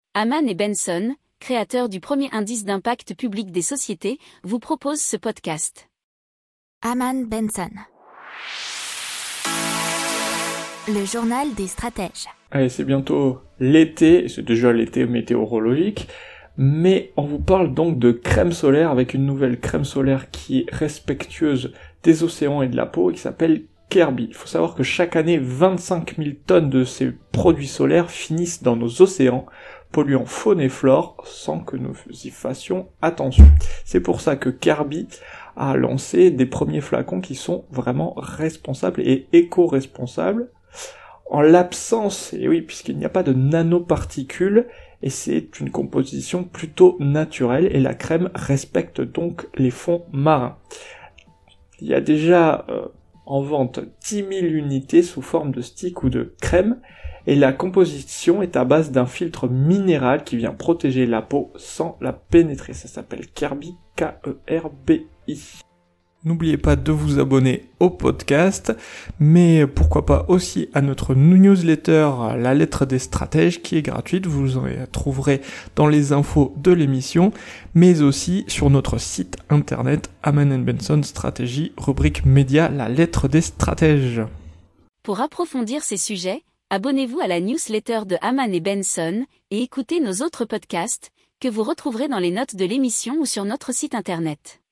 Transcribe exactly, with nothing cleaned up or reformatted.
Hamann et Benson, créateurs du premier indice d'impact public des sociétés, vous proposent ce podcast. Hamann Benson. Le journal des stratèges. Allez, c'est bientôt l'été, c'est déjà l'été météorologique, mais on vous parle donc de crème solaire avec une nouvelle crème solaire qui est respectueuse des océans et de la peau et qui s'appelle Kerby. Il faut savoir que chaque année, vingt-cinq mille tonnes de ces produits solaires finissent dans nos océans, polluant faune et flore sans que nous y fassions attention. C'est pour ça que Kerby a lancé des premiers flacons qui sont vraiment responsables et éco-responsables. En l'absence, et oui, puisqu'il n'y a pas de nanoparticules, et c'est une composition plutôt naturelle, et la crème respecte donc les fonds marins. Il y a déjà euh, en vente dix mille unités sous forme de stick ou de crème, et la composition est à base d'un filtre minéral qui vient protéger la peau sans la pénétrer. Ça s'appelle Kerby, K E R B I. N'oubliez pas de vous abonner au podcast, mais pourquoi pas aussi à notre newsletter La Lettre des Stratèges qui est gratuite, vous en trouverez dans les infos de l'émission, mais aussi sur notre site internet Hamann and Benson Stratégie, rubrique média La Lettre des Stratèges. Pour approfondir ces sujets, abonnez-vous à la newsletter de Hamann et Benson et écoutez nos autres podcasts que vous retrouverez dans les notes de l'émission ou sur notre site internet.